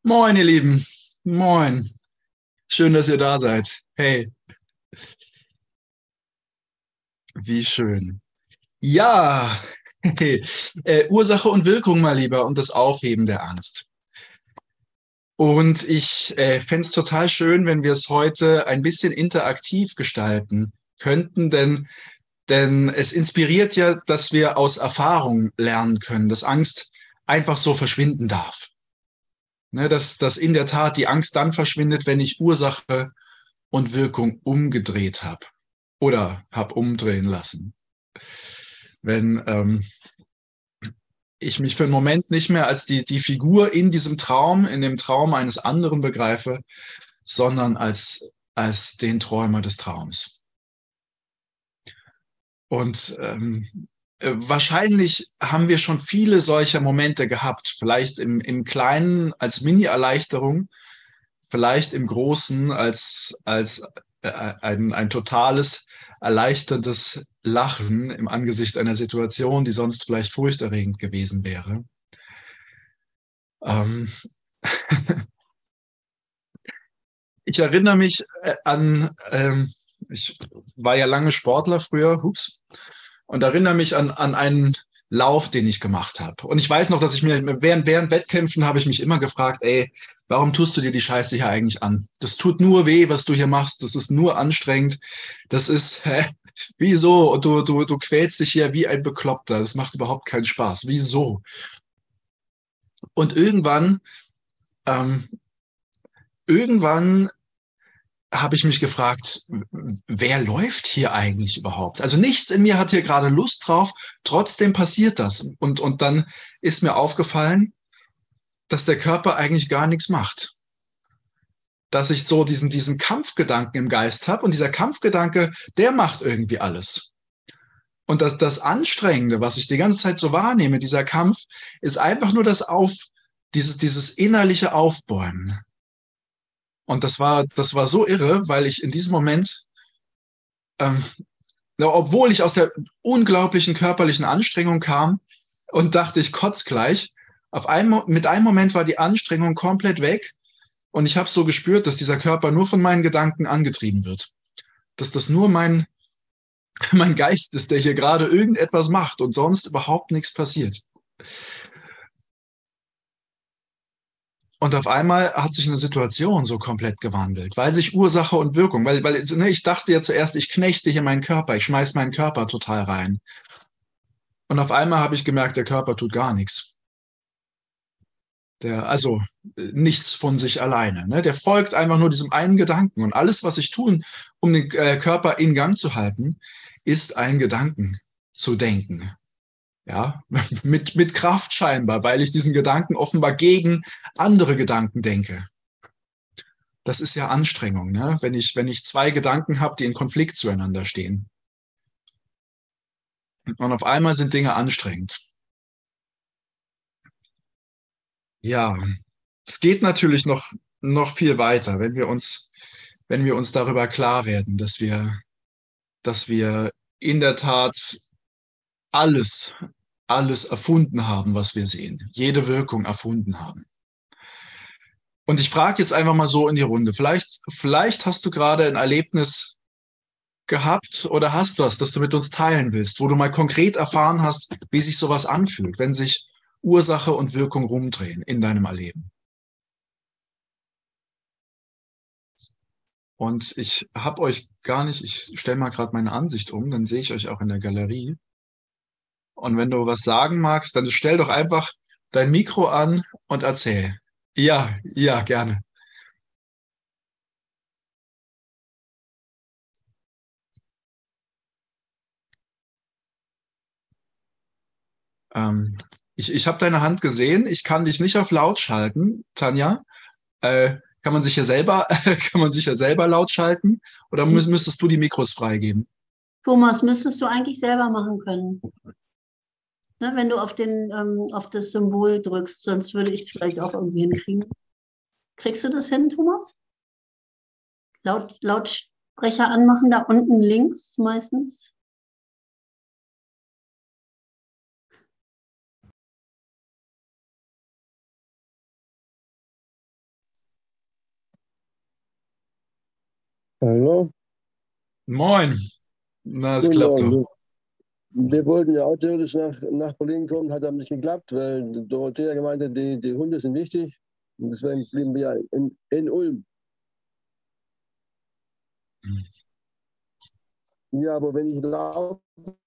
Moin, ihr Lieben. Moin. Schön, dass ihr da seid. Hey, wie schön. Ja, hey. Ursache und Wirkung mal lieber und das Aufheben der Angst. Und ich fände es total schön, wenn wir es heute ein bisschen interaktiv gestalten könnten, denn es inspiriert ja, dass wir aus Erfahrung lernen können, dass Angst einfach so verschwinden darf. Ne, dass in der Tat die Angst dann verschwindet, wenn ich Ursache und Wirkung umgedreht habe oder habe umdrehen lassen. Wenn ich mich für einen Moment nicht mehr als die Figur in diesem Traum, in dem Traum eines anderen begreife, sondern als den Träumer des Traums. Und wahrscheinlich haben wir schon viele solcher Momente gehabt, vielleicht im Kleinen als Mini-Erleichterung, vielleicht im Großen als ein totales, erleichterndes Lachen im Angesicht einer Situation, die sonst vielleicht furchterregend gewesen wäre. Ähm, Ich erinnere mich ich war ja lange Sportler früher, hups, und erinnere mich an einen Lauf, den ich gemacht habe. Und ich weiß noch, dass ich mir während Wettkämpfen habe ich mich immer gefragt, ey, warum tust du dir die Scheiße hier eigentlich an? Das tut nur weh, was du hier machst. Das ist nur anstrengend. Das ist, wieso? Und du quälst dich hier wie ein Bekloppter. Das macht überhaupt keinen Spaß. Wieso? Und ähm, irgendwann habe ich mich gefragt, wer läuft hier eigentlich überhaupt? Also nichts in mir hat hier gerade Lust drauf, trotzdem passiert das. Und dann ist mir aufgefallen, dass der Körper eigentlich gar nichts macht. Dass ich so diesen Kampfgedanken im Geist habe und dieser Kampfgedanke, der macht irgendwie alles. Und das Anstrengende, was ich die ganze Zeit so wahrnehme, dieser Kampf, ist einfach nur dieses innerliche Aufbäumen. Und das war so irre, weil ich in diesem Moment ähm, ja, obwohl ich aus der unglaublichen körperlichen Anstrengung kam und dachte, ich kotze gleich. Mit einem Moment war die Anstrengung komplett weg und ich habe so gespürt, dass dieser Körper nur von meinen Gedanken angetrieben wird. Dass das nur mein Geist ist, der hier gerade irgendetwas macht und sonst überhaupt nichts passiert. Und auf einmal hat sich eine Situation so komplett gewandelt, weil sich Ursache und Wirkung, weil ne, ich dachte ja zuerst, ich knechte hier meinen Körper, ich schmeiß meinen Körper total rein. Und auf einmal habe ich gemerkt, der Körper tut gar nichts. Also nichts von sich alleine. Ne? Der folgt einfach nur diesem einen Gedanken. Und alles, was ich tun, um den Körper in Gang zu halten, ist einen Gedanken zu denken. Ja, mit Kraft scheinbar, weil ich diesen Gedanken offenbar gegen andere Gedanken denke. Das ist ja Anstrengung, ne? Wenn ich zwei Gedanken habe, die in Konflikt zueinander stehen. Und auf einmal sind Dinge anstrengend. Ja, es geht natürlich noch viel weiter, wenn wir uns darüber klar werden, dass wir in der Tat alles, alles erfunden haben, was wir sehen. Jede Wirkung erfunden haben. Und ich frage jetzt einfach mal so in die Runde. Vielleicht hast du gerade ein Erlebnis gehabt oder hast was, das du mit uns teilen willst, wo du mal konkret erfahren hast, wie sich sowas anfühlt, wenn sich Ursache und Wirkung rumdrehen in deinem Erleben. Und ich habe euch gar nicht, ich stelle mal gerade meine Ansicht um, dann sehe ich euch auch in der Galerie. Und wenn du was sagen magst, dann stell doch einfach dein Mikro an und erzähl. Ja, ja, gerne. Ähm, ich habe deine Hand gesehen. Ich kann dich nicht auf laut schalten, Tanja. Kann man sich ja selber, kann man sich ja selber laut schalten? Oder müsstest du die Mikros freigeben? Thomas, müsstest du eigentlich selber machen können, ne, wenn du auf das Symbol drückst, sonst würde ich es vielleicht auch irgendwie hinkriegen. Kriegst du das hin, Thomas? Lautsprecher anmachen, da unten links meistens. Hallo, Moin. Na, es guten klappt Morgen. doch. Wir wollten ja auch theoretisch nach Berlin kommen, hat aber nicht geklappt, weil Dorothea gemeint hat, die Hunde sind wichtig. Und deswegen blieben wir ja in Ulm. Ja, aber wenn ich laufe,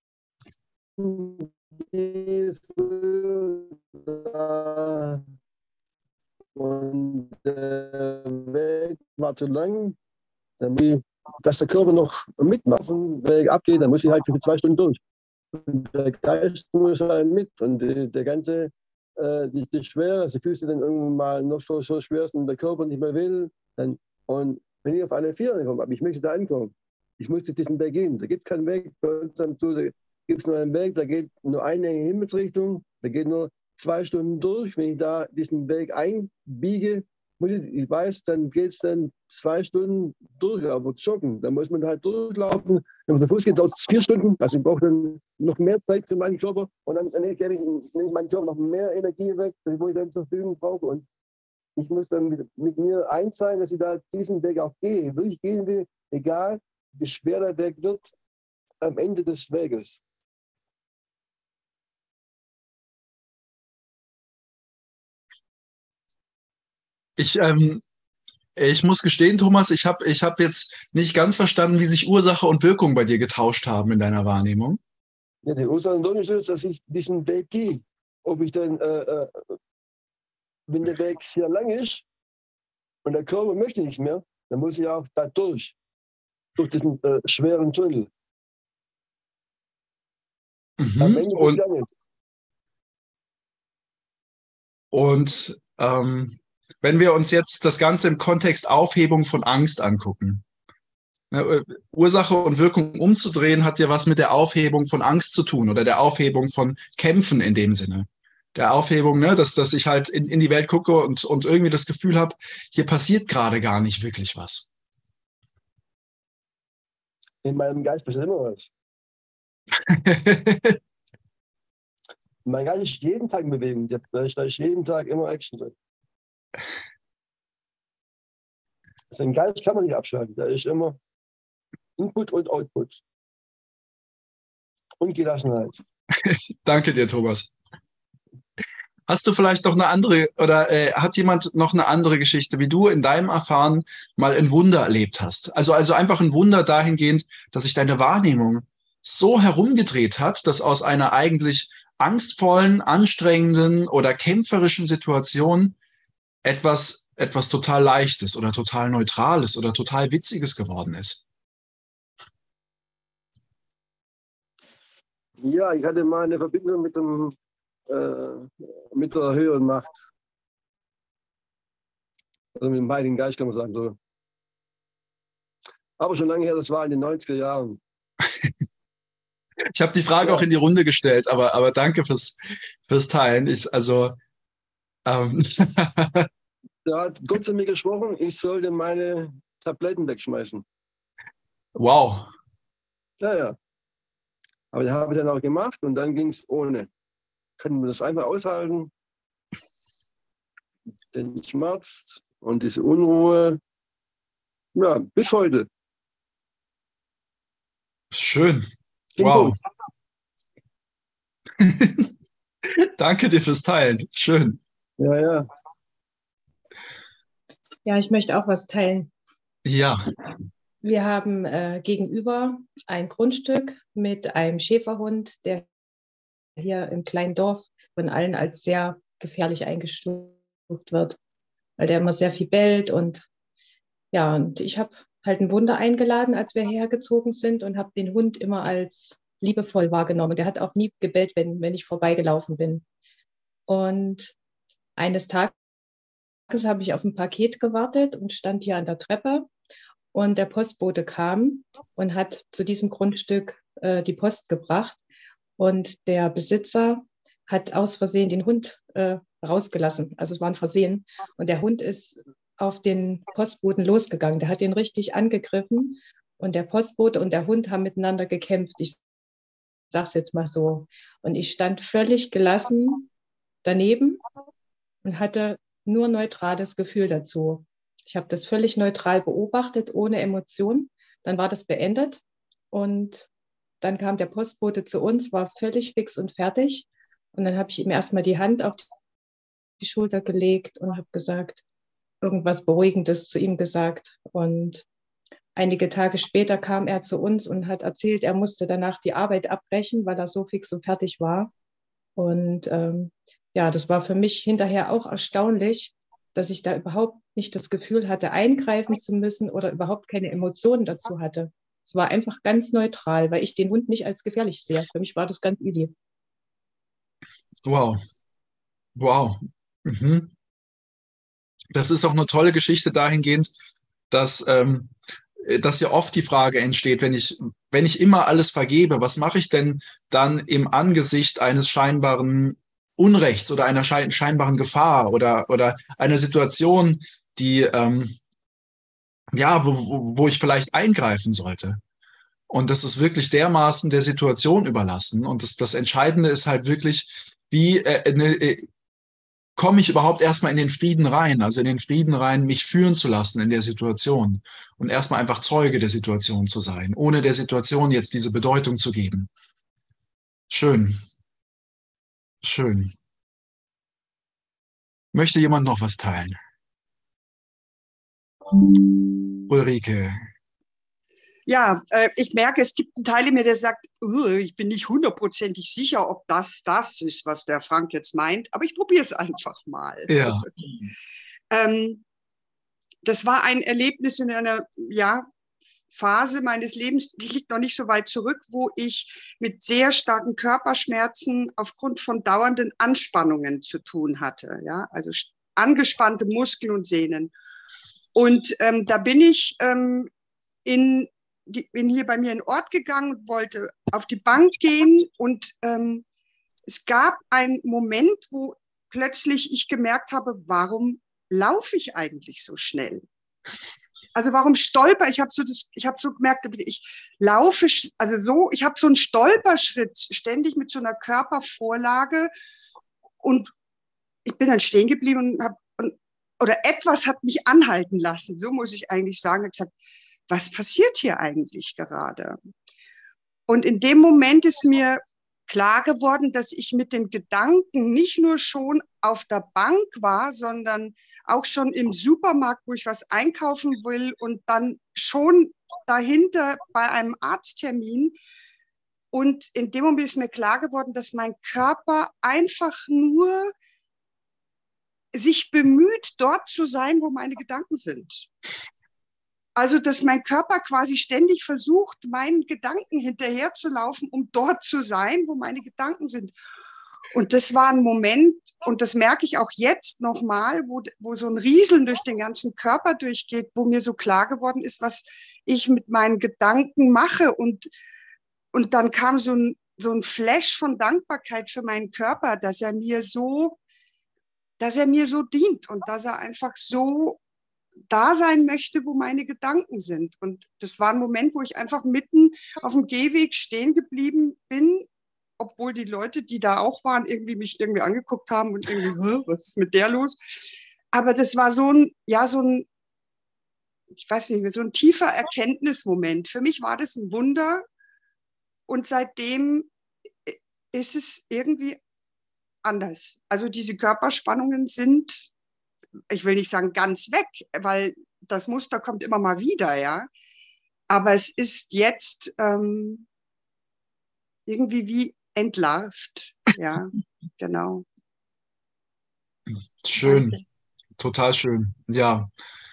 gehe, und der Weg war zu lang, dann will ich, dass der Körper noch mitmacht, und der Weg abgeht, dann muss ich halt für 2 Stunden durch. Der Geist muss halt mit und der ganze, die Schwere, also die Füße dann irgendwann mal noch so schwer sind und der Körper nicht mehr will. Dann, und wenn ich auf eine Vier komme, aber ich möchte da ankommen, ich muss durch diesen Weg gehen. Da gibt es keinen Weg bei uns am Zoo, da gibt es nur einen Weg, da geht nur eine Himmelsrichtung, da geht nur 2 Stunden durch. Wenn ich da diesen Weg einbiege, ich weiß, dann geht es dann 2 Stunden durch, aber joggen, da muss man halt durchlaufen. Wenn man zu Fuß geht, dauert es 4 Stunden. Also ich brauche dann noch mehr Zeit für meinen Körper und dann nehme ich meinen Körper noch mehr Energie weg, wo ich dann zur Verfügung brauche. Und ich muss dann mit mir eins sein, dass ich da diesen Weg auch gehe. Will ich gehen will, egal wie schwer der Weg wird, am Ende des Weges. Ich, ähm, Ich muss gestehen, Thomas, ich hab jetzt nicht ganz verstanden, wie sich Ursache und Wirkung bei dir getauscht haben in deiner Wahrnehmung. Ja, die Ursache ist, dass ich diesen Weg gehe. Ob ich dann, wenn der Weg sehr lang ist und der Körper möchte nicht mehr, dann muss ich auch da durch diesen schweren Tunnel. Am Mhm. Ende des Ganges. Wenn wir uns jetzt das Ganze im Kontext Aufhebung von Angst angucken, ne, Ursache und Wirkung umzudrehen hat ja was mit der Aufhebung von Angst zu tun oder der Aufhebung von Kämpfen in dem Sinne. Der Aufhebung, ne, dass ich halt in die Welt gucke und irgendwie das Gefühl habe, hier passiert gerade gar nicht wirklich was. In meinem Geist passiert immer was. Mein Geist ist jeden Tag in Bewegung. Da ist jeden Tag immer Action drin. Sein Geist kann man nicht abschalten. Da ist immer Input und Output und Gelassenheit. Danke dir, Thomas. Hast du vielleicht noch eine andere oder hat jemand noch eine andere Geschichte, wie du in deinem Erfahren mal ein Wunder erlebt hast? Also einfach ein Wunder dahingehend, dass sich deine Wahrnehmung so herumgedreht hat, dass aus einer eigentlich angstvollen, anstrengenden oder kämpferischen Situation etwas total Leichtes oder total Neutrales oder total Witziges geworden ist. Ja, ich hatte mal eine Verbindung mit der höheren Macht. Also mit dem Heiligen Geist kann man sagen. So. Aber schon lange her, das war in den 90er Jahren. Ich habe die Frage auch Ja, in die Runde gestellt, aber danke fürs Teilen. Ähm, da hat Gott zu mir gesprochen, ich sollte meine Tabletten wegschmeißen. wow. Ja, ja. Aber das habe ich dann auch gemacht und dann ging es ohne. Können wir das einfach aushalten, den Schmerz und diese Unruhe. Ja, bis heute. Schön. Ging Wow. gut. Danke dir fürs Teilen. Schön. Ja, ja. Ja, ich möchte auch was teilen. Ja. Wir haben gegenüber ein Grundstück mit einem Schäferhund, der hier im kleinen Dorf von allen als sehr gefährlich eingestuft wird, weil der immer sehr viel bellt. Und ja, und ich habe halt ein Wunder eingeladen, als wir hergezogen sind und habe den Hund immer als liebevoll wahrgenommen. Der hat auch nie gebellt, wenn ich vorbeigelaufen bin. Und eines Tages habe ich auf ein Paket gewartet und stand hier an der Treppe. Und der Postbote kam und hat zu diesem Grundstück die Post gebracht. Und der Besitzer hat aus Versehen den Hund rausgelassen. Also es war ein Versehen. Und der Hund ist auf den Postboten losgegangen. Der hat ihn richtig angegriffen. Und der Postbote und der Hund haben miteinander gekämpft. Ich sage es jetzt mal so. Und ich stand völlig gelassen daneben und hatte nur neutrales Gefühl dazu. Ich habe das völlig neutral beobachtet, ohne Emotion. Dann war das beendet und dann kam der Postbote zu uns, war völlig fix und fertig. Und dann habe ich ihm erstmal die Hand auf die Schulter gelegt und habe gesagt, irgendwas Beruhigendes zu ihm gesagt. Und einige Tage später kam er zu uns und hat erzählt, er musste danach die Arbeit abbrechen, weil er so fix und fertig war. Und ja, das war für mich hinterher auch erstaunlich, dass ich da überhaupt nicht das Gefühl hatte, eingreifen zu müssen oder überhaupt keine Emotionen dazu hatte. Es war einfach ganz neutral, weil ich den Hund nicht als gefährlich sehe. Für mich war das ganz easy. Wow. Wow. Mhm. Das ist auch eine tolle Geschichte dahingehend, dass ja oft die Frage entsteht, wenn ich immer alles vergebe, was mache ich denn dann im Angesicht eines scheinbaren Unrechts oder einer scheinbaren Gefahr oder einer Situation, die, ja, wo ich vielleicht eingreifen sollte. Und das ist wirklich dermaßen der Situation überlassen. Und das Entscheidende ist halt wirklich, wie komme ich überhaupt erstmal in den Frieden rein, also in den Frieden rein, mich führen zu lassen in der Situation und erstmal einfach Zeuge der Situation zu sein, ohne der Situation jetzt diese Bedeutung zu geben. Schön, schön. Möchte jemand noch was teilen? Ulrike. Ja, ich merke, es gibt einen Teil in mir, der sagt, ich bin nicht hundertprozentig sicher, ob das ist, was der Frank jetzt meint, aber ich probiere es einfach mal. Ja. Das war ein Erlebnis in einer Phase meines Lebens, die liegt noch nicht so weit zurück, wo ich mit sehr starken Körperschmerzen aufgrund von dauernden Anspannungen zu tun hatte. Ja? Also angespannte Muskeln und Sehnen. Und da bin ich bin hier bei mir in den Ort gegangen und wollte auf die Bank gehen. Und es gab einen Moment, wo plötzlich ich gemerkt habe, warum laufe ich eigentlich so schnell? Also warum stolper ich? Ich habe so gemerkt, ich laufe, also so, ich habe so einen Stolperschritt ständig mit so einer Körpervorlage und ich bin dann stehen geblieben oder etwas hat mich anhalten lassen, so muss ich eigentlich sagen. Ich habe gesagt, was passiert hier eigentlich gerade? Und in dem Moment ist mir klar geworden, dass ich mit den Gedanken nicht nur schon auf der Bank war, sondern auch schon im Supermarkt, wo ich was einkaufen will und dann schon dahinter bei einem Arzttermin. Und in dem Moment ist mir klar geworden, dass mein Körper einfach nur sich bemüht, dort zu sein, wo meine Gedanken sind. Also, dass mein Körper quasi ständig versucht, meinen Gedanken hinterherzulaufen, um dort zu sein, wo meine Gedanken sind. Und das war ein Moment, und das merke ich auch jetzt nochmal, wo so ein Rieseln durch den ganzen Körper durchgeht, wo mir so klar geworden ist, was ich mit meinen Gedanken mache. Und dann kam so ein Flash von Dankbarkeit für meinen Körper, dass er mir so dient und dass er einfach so da sein möchte, wo meine Gedanken sind. Und das war ein Moment, wo ich einfach mitten auf dem Gehweg stehen geblieben bin, obwohl die Leute, die da auch waren, mich irgendwie angeguckt haben und irgendwie, was ist mit der los? Aber das war so ein, ich weiß nicht mehr, so ein tiefer Erkenntnismoment. Für mich war das ein Wunder und seitdem ist es irgendwie anders. Also diese Körperspannungen sind, ich will nicht sagen ganz weg, weil das Muster kommt immer mal wieder, ja. Aber es ist jetzt irgendwie wie entlarvt, ja, genau. Schön, total schön, ja.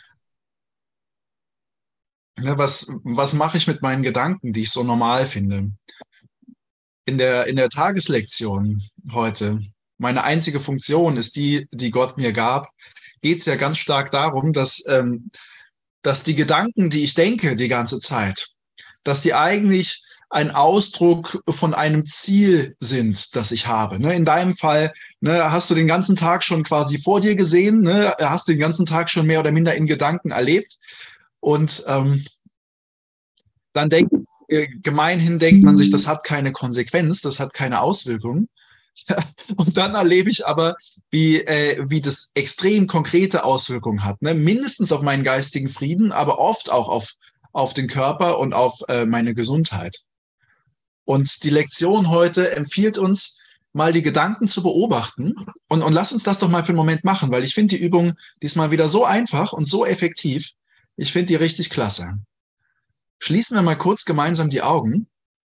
Ja, was mache ich mit meinen Gedanken, die ich so normal finde? In der Tageslektion heute, meine einzige Funktion ist die Gott mir gab, geht es ja ganz stark darum, dass die Gedanken, die ich denke die ganze Zeit, dass die eigentlich ein Ausdruck von einem Ziel sind, das ich habe. Ne? In deinem Fall hast du den ganzen Tag schon quasi vor dir gesehen, hast den ganzen Tag schon mehr oder minder in Gedanken erlebt und dann gemeinhin denkt man sich, das hat keine Konsequenz, das hat keine Auswirkungen. Und dann erlebe ich aber, wie das extrem konkrete Auswirkungen hat. Ne? Mindestens auf meinen geistigen Frieden, aber oft auch auf den Körper und auf meine Gesundheit. Und die Lektion heute empfiehlt uns, mal die Gedanken zu beobachten und lass uns das doch mal für einen Moment machen, weil ich finde die Übung diesmal wieder so einfach und so effektiv. Ich finde die richtig klasse. Schließen wir mal kurz gemeinsam die Augen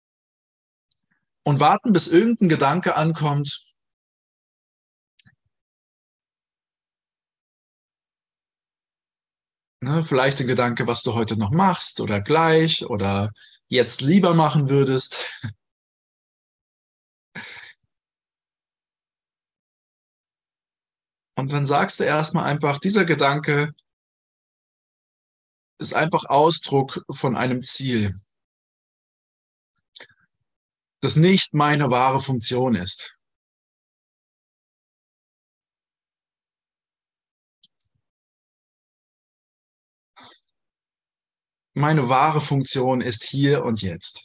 und warten, bis irgendein Gedanke ankommt. Ne, vielleicht ein Gedanke, was du heute noch machst oder gleich oder jetzt lieber machen würdest. Und dann sagst du erstmal einfach, dieser Gedanke ist einfach Ausdruck von einem Ziel, das nicht meine wahre Funktion ist. Meine wahre Funktion ist hier und jetzt.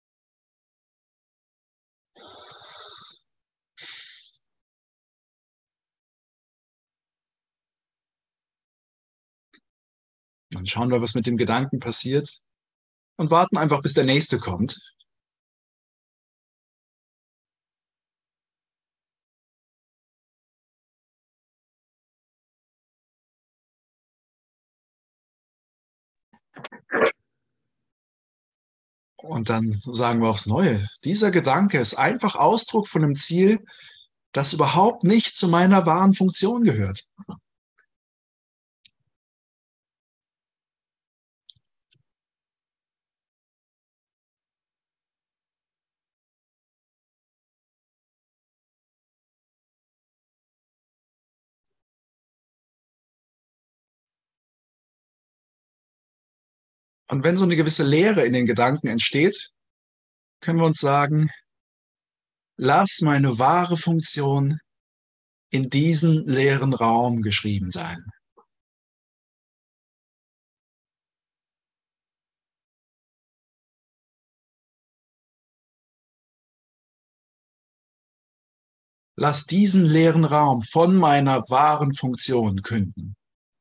Dann schauen wir, was mit dem Gedanken passiert und warten einfach, bis der nächste kommt. Und dann sagen wir aufs Neue, dieser Gedanke ist einfach Ausdruck von einem Ziel, das überhaupt nicht zu meiner wahren Funktion gehört. Und wenn so eine gewisse Leere in den Gedanken entsteht, können wir uns sagen, lass meine wahre Funktion in diesen leeren Raum geschrieben sein. Lass diesen leeren Raum von meiner wahren Funktion künden.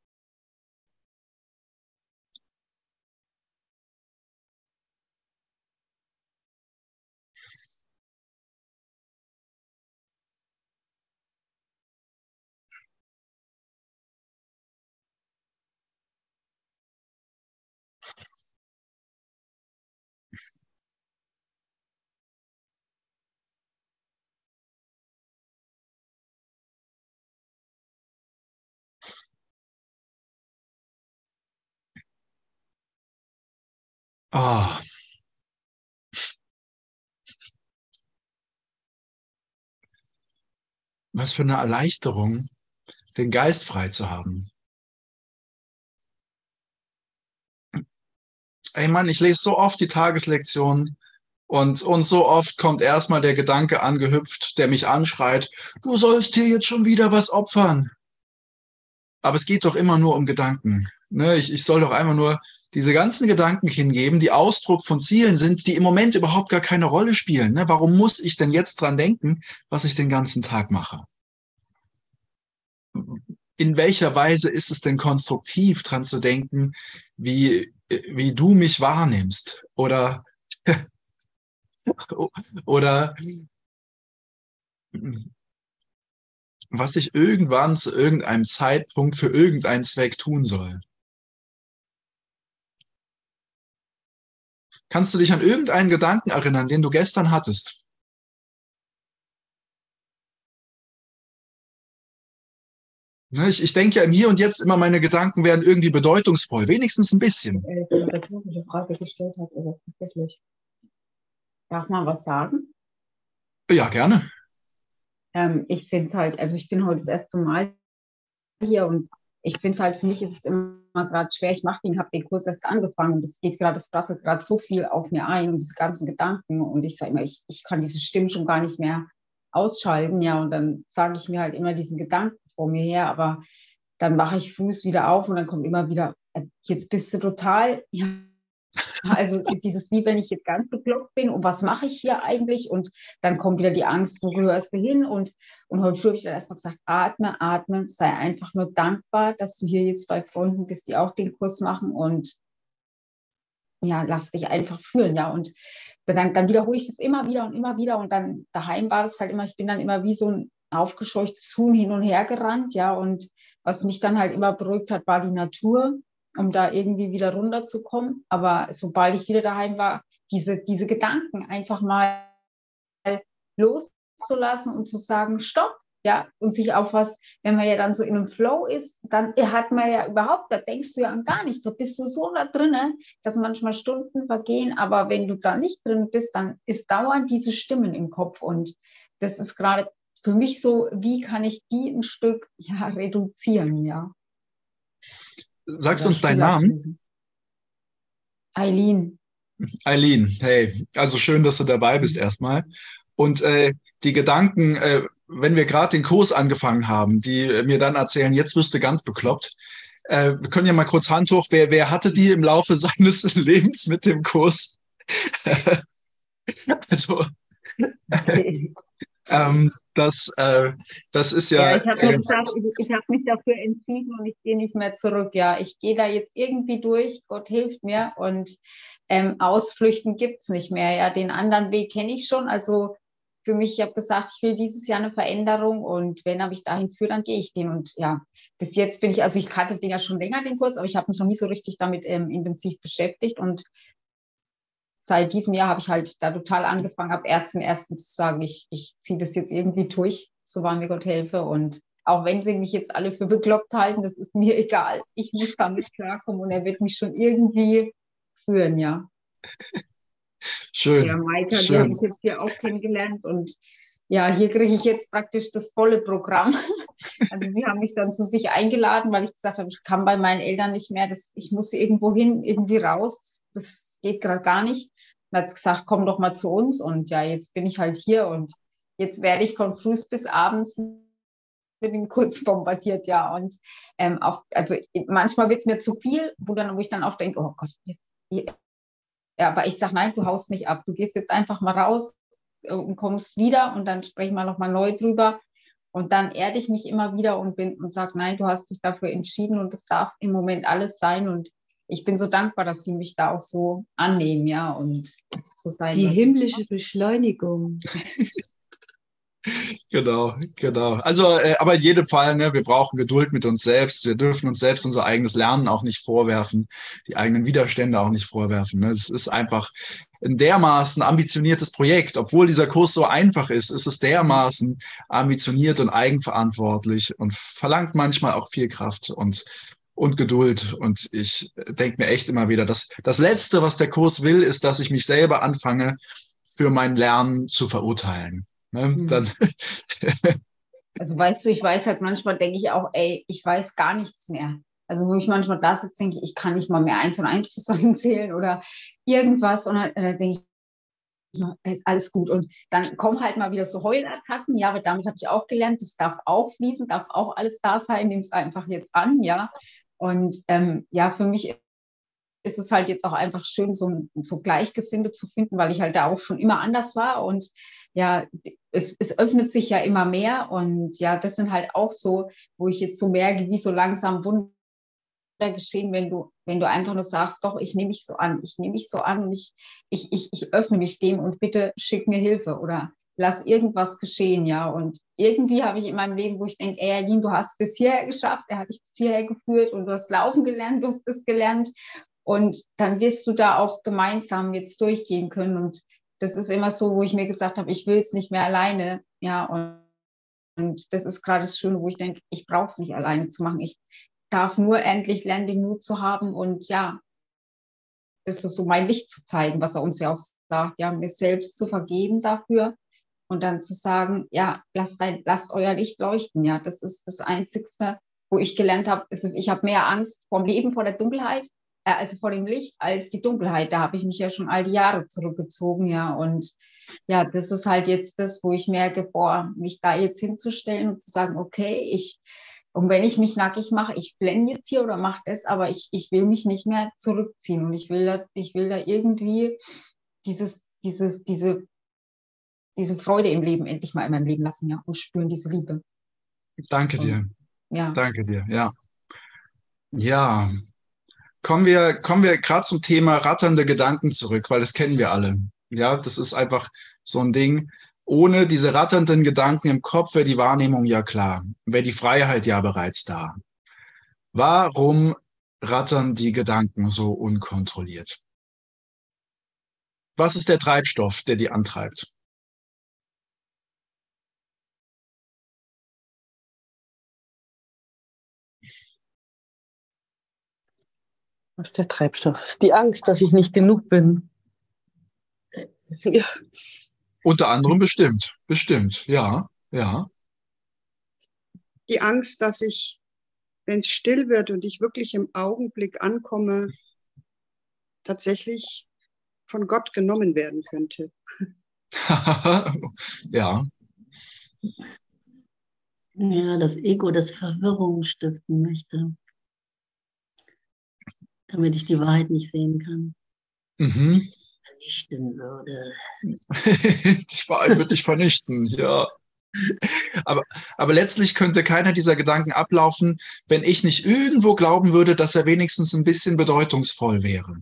Oh, was für eine Erleichterung, den Geist frei zu haben. Ey Mann, ich lese so oft die Tageslektion und so oft kommt erstmal der Gedanke angehüpft, der mich anschreit, du sollst hier jetzt schon wieder was opfern. Aber es geht doch immer nur um Gedanken. Ne? Ich soll doch einfach nur diese ganzen Gedanken hingeben, die Ausdruck von Zielen sind, die im Moment überhaupt gar keine Rolle spielen. Ne? Warum muss ich denn jetzt dran denken, was ich den ganzen Tag mache? In welcher Weise ist es denn konstruktiv, dran zu denken, wie du mich wahrnimmst? Oder was ich irgendwann zu irgendeinem Zeitpunkt für irgendeinen Zweck tun soll? Kannst du dich an irgendeinen Gedanken erinnern, den du gestern hattest? Ne, ich denke ja im Hier und Jetzt immer, meine Gedanken werden irgendwie bedeutungsvoll, wenigstens ein bisschen. Eine rhetorische Frage gestellt hat, aber tatsächlich. Darf man was sagen? Ja, gerne. Ich finde es halt, also ich bin heute das erste Mal hier und ich finde halt, für mich ist es immer gerade schwer. Ich habe den Kurs erst angefangen und es geht gerade, es prasselt gerade so viel auf mir ein und diese ganzen Gedanken und ich sage immer, ich kann diese Stimmen schon gar nicht mehr ausschalten, ja, und dann sage ich mir halt immer diesen Gedanken vor mir her, aber dann wache ich früh wieder auf und dann kommt immer wieder, jetzt bist du total, ja, also dieses, wie wenn ich jetzt ganz bekloppt bin und was mache ich hier eigentlich? Und dann kommt wieder die Angst, wo gehörst du hin? Und heute früh habe ich dann erstmal gesagt, atme, atme, sei einfach nur dankbar, dass du hier jetzt bei Freunden bist, die auch den Kurs machen. Und ja, lass dich einfach fühlen, ja. Und dann wiederhole ich das immer wieder und dann daheim war das halt immer, ich bin dann immer wie so ein aufgescheuchtes Huhn hin und her gerannt, ja. Und was mich dann halt immer beruhigt hat, war die Natur, um da irgendwie wieder runterzukommen. Aber sobald ich wieder daheim war, diese Gedanken einfach mal loszulassen und zu sagen, stopp, ja, und sich auf was, wenn man ja dann so in einem Flow ist, dann hat man ja überhaupt, da denkst du ja an gar nichts, da bist du so da drinnen, dass manchmal Stunden vergehen, aber wenn du da nicht drin bist, dann ist dauernd diese Stimmen im Kopf und das ist gerade für mich so, wie kann ich die ein Stück, ja, reduzieren, ja. Sagst du Oder uns deinen stiller Namen? kriegen. Eileen. Eileen, hey, also schön, dass du dabei bist erstmal. Und die Gedanken, wenn wir gerade den Kurs angefangen haben, die mir dann erzählen, jetzt wirst du ganz bekloppt. Wir können ja mal kurz Hand hoch. Wer hatte die im Laufe seines Lebens mit dem Kurs? Also, Okay. das ist Ja, ja, ich habe mir gesagt, ich habe mich dafür entschieden und ich gehe nicht mehr zurück. Ja, ich gehe da jetzt irgendwie durch. Gott hilft mir und Ausflüchten gibt's nicht mehr. Ja, den anderen Weg kenne ich schon. Also für mich, ich habe gesagt, ich will dieses Jahr eine Veränderung und wenn er mich dahin führt, dann gehe ich den. Und ja, bis jetzt bin ich, also ich kannte den ja schon länger, den Kurs, aber ich habe mich noch nie so richtig damit intensiv beschäftigt und seit diesem Jahr habe ich halt da total angefangen, ab 1.1. zu sagen, ich ziehe das jetzt irgendwie durch, so war mir Gott helfe. Und auch wenn sie mich jetzt alle für bekloppt halten, das ist mir egal. Ich muss damit klarkommen und er wird mich schon irgendwie führen, ja. schön, Ja, Maika, die habe ich schön. jetzt hier auch kennengelernt und ja, hier kriege ich jetzt praktisch das volle Programm. Also sie haben mich dann zu sich eingeladen, weil ich gesagt habe, ich kann bei meinen Eltern nicht mehr, ich muss irgendwo hin, irgendwie raus. Das geht gerade gar nicht. Und hat gesagt, komm doch mal zu uns. Und ja, jetzt bin ich halt hier und jetzt werde ich von früh bis abends mit dem Kurs bombardiert, ja. Und auch, also manchmal wird es mir zu viel, wo ich dann auch denke, oh Gott, jetzt, ja, aber ich sage, nein, du haust nicht ab. Du gehst jetzt einfach mal raus und kommst wieder und dann sprechen wir nochmal neu drüber. Und dann erde ich mich immer wieder und sage, nein, du hast dich dafür entschieden und es darf im Moment alles sein. Und ich bin so dankbar, dass sie mich da auch so annehmen, ja, und so sein Die lassen. himmlische Beschleunigung. Genau, genau. Also, aber in jedem Fall, ne, wir brauchen Geduld mit uns selbst. Wir dürfen uns selbst unser eigenes Lernen auch nicht vorwerfen, die eigenen Widerstände auch nicht vorwerfen. Ne. Es ist einfach ein dermaßen ambitioniertes Projekt. Obwohl dieser Kurs so einfach ist, ist es dermaßen ambitioniert und eigenverantwortlich und verlangt manchmal auch viel Kraft und Geduld. Und ich denke mir echt immer wieder, dass das Letzte, was der Kurs will, ist, dass ich mich selber anfange, für mein Lernen zu verurteilen. Ne? Dann Also weißt du, ich weiß halt manchmal, denke ich auch, ey, ich weiß gar nichts mehr. Also wo ich manchmal da sitze, denke ich kann nicht mal mehr 1 und 1 zusammenzählen oder irgendwas. Und dann denke ich, ist alles gut. Und dann kommen halt mal wieder so Heulattacken. Ja, aber damit habe ich auch gelernt, das darf auch fließen, darf auch alles da sein, nimm es einfach jetzt an, ja. Und ja, für mich ist es halt jetzt auch einfach schön, so Gleichgesinnte zu finden, weil ich halt da auch schon immer anders war. Und ja, es öffnet sich ja immer mehr. Und ja, das sind halt auch so, wo ich jetzt so merke, wie so langsam Wunder geschehen, wenn du einfach nur sagst, doch, ich nehme mich so an, ich nehme mich so an und ich öffne mich dem und bitte schick mir Hilfe oder lass irgendwas geschehen, ja. Und irgendwie habe ich in meinem Leben, wo ich denke, ey, Aline, du hast es bis hierher geschafft, er hat dich bis hierher geführt und du hast laufen gelernt, du hast das gelernt. Und dann wirst du da auch gemeinsam jetzt durchgehen können. Und das ist immer so, wo ich mir gesagt habe, ich will es nicht mehr alleine. Ja, und das ist gerade das Schöne, wo ich denke, ich brauche es nicht alleine zu machen. Ich darf nur endlich lernen, den Mut zu haben und ja, das ist so mein Licht zu zeigen, was er uns ja auch sagt, ja, mir selbst zu vergeben dafür und dann zu sagen, ja, lasst euer Licht leuchten. Ja, das ist das Einzigste, wo ich gelernt habe, ich habe mehr Angst vor dem Leben, vor der Dunkelheit, also vor dem Licht, als die Dunkelheit. Da habe ich mich ja schon all die Jahre zurückgezogen, ja. Und ja, das ist halt jetzt das, wo ich merke, boah, mich da jetzt hinzustellen und zu sagen, okay, und wenn ich mich nackig mache, ich blende jetzt hier oder mache das, aber ich will mich nicht mehr zurückziehen und ich will da irgendwie diese Freude im Leben endlich mal in meinem Leben lassen, ja, und spüren diese Liebe. danke dir. Ja. Danke dir, ja. Ja, kommen wir gerade zum Thema ratternde Gedanken zurück, weil das kennen wir alle. Ja, das ist einfach so ein Ding. Ohne diese ratternden Gedanken im Kopf wäre die Wahrnehmung ja klar, wäre die Freiheit ja bereits da. Warum rattern die Gedanken so unkontrolliert? Was ist der Treibstoff, der die antreibt? Was ist der Treibstoff? Die Angst, dass ich nicht genug bin. Ja. Unter anderem bestimmt, ja, ja. Die Angst, dass ich, wenn es still wird und ich wirklich im Augenblick ankomme, tatsächlich von Gott genommen werden könnte. Ja. Ja, das Ego, das Verwirrung stiften möchte, damit ich die Wahrheit nicht sehen kann. Mhm. Vernichten würde. Die Wahrheit wird dich vernichten, ja. Aber letztlich könnte keiner dieser Gedanken ablaufen, wenn ich nicht irgendwo glauben würde, dass er wenigstens ein bisschen bedeutungsvoll wäre.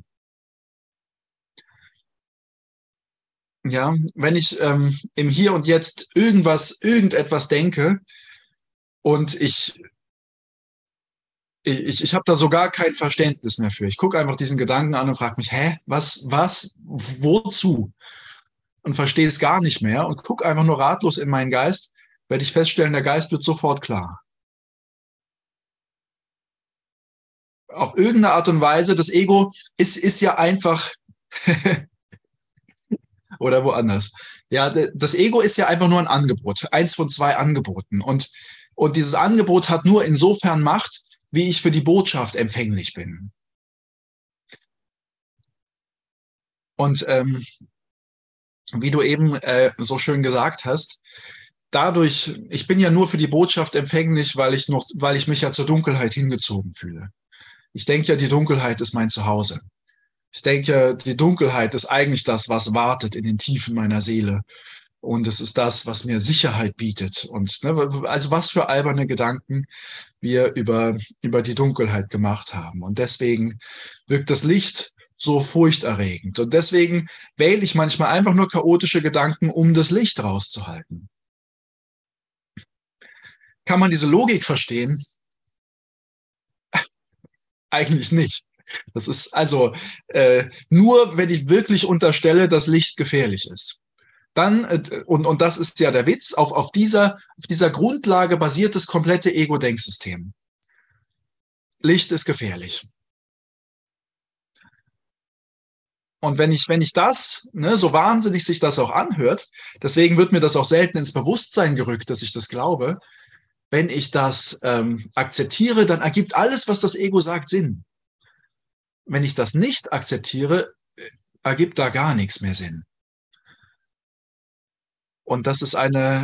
Ja, wenn ich im Hier und Jetzt irgendetwas denke und ich habe da sogar kein Verständnis mehr für. Ich gucke einfach diesen Gedanken an und frage mich, wozu? Und verstehe es gar nicht mehr und gucke einfach nur ratlos in meinen Geist, werde ich feststellen, der Geist wird sofort klar. Auf irgendeine Art und Weise, das Ego ist ja einfach, oder woanders. Ja, das Ego ist ja einfach nur ein Angebot, eins von zwei Angeboten. Und dieses Angebot hat nur insofern Macht, wie ich für die Botschaft empfänglich bin. Und wie du eben so schön gesagt hast, ich bin ja nur für die Botschaft empfänglich, weil ich mich ja zur Dunkelheit hingezogen fühle. Ich denke ja, die Dunkelheit ist mein Zuhause. Ich denke, die Dunkelheit ist eigentlich das, was wartet in den Tiefen meiner Seele. Und es ist das, was mir Sicherheit bietet. Und also was für alberne Gedanken wir über die Dunkelheit gemacht haben. Und deswegen wirkt das Licht so furchterregend. Und deswegen wähle ich manchmal einfach nur chaotische Gedanken, um das Licht rauszuhalten. Kann man diese Logik verstehen? Eigentlich nicht. Das ist also nur, wenn ich wirklich unterstelle, dass Licht gefährlich ist. Dann, und das ist ja der Witz, auf dieser Grundlage basiert das komplette Ego-Denksystem. Licht ist gefährlich. Und wenn ich das, so wahnsinnig sich das auch anhört, deswegen wird mir das auch selten ins Bewusstsein gerückt, dass ich das glaube, wenn ich das akzeptiere, dann ergibt alles, was das Ego sagt, Sinn. Wenn ich das nicht akzeptiere, ergibt da gar nichts mehr Sinn. Und das ist eine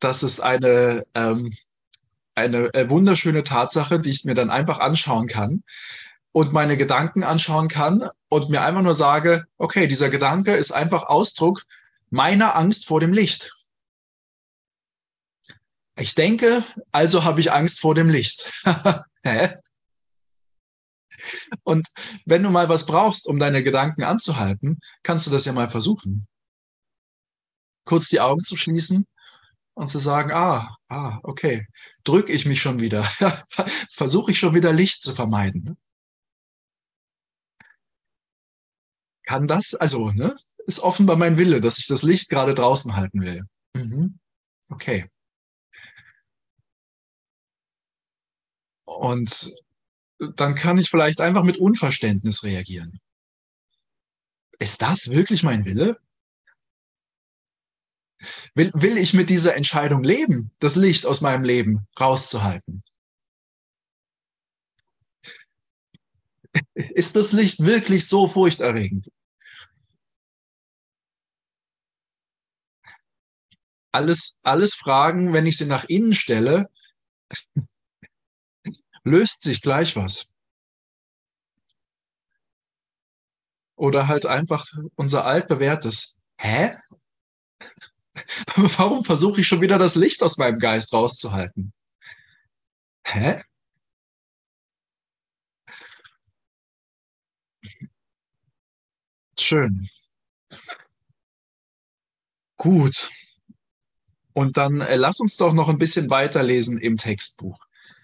wunderschöne Tatsache, die ich mir dann einfach anschauen kann und meine Gedanken anschauen kann und mir einfach nur sage, okay, dieser Gedanke ist einfach Ausdruck meiner Angst vor dem Licht. Ich denke, also habe ich Angst vor dem Licht. Hä? Und wenn du mal was brauchst, um deine Gedanken anzuhalten, kannst du das ja mal versuchen. Kurz die Augen zu schließen und zu sagen, okay, drücke ich mich schon wieder, versuche ich schon wieder Licht zu vermeiden. Kann das, also, ist offenbar mein Wille, dass ich das Licht gerade draußen halten will. Mhm. Okay. Und dann kann ich vielleicht einfach mit Unverständnis reagieren. Ist das wirklich mein Wille? Will ich mit dieser Entscheidung leben, das Licht aus meinem Leben rauszuhalten? Ist das Licht wirklich so furchterregend? Alles Fragen, wenn ich sie nach innen stelle, löst sich gleich was. Oder halt einfach unser altbewährtes. Hä? Warum versuche ich schon wieder das Licht aus meinem Geist rauszuhalten? Hä? Schön. Gut. Und dann lass uns doch noch ein bisschen weiterlesen im Textbuch.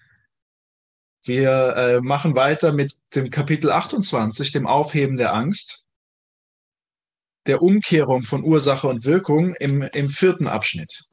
Wir machen weiter mit dem Kapitel 28, dem Aufheben der Angst, der Umkehrung von Ursache und Wirkung im 4. Abschnitt.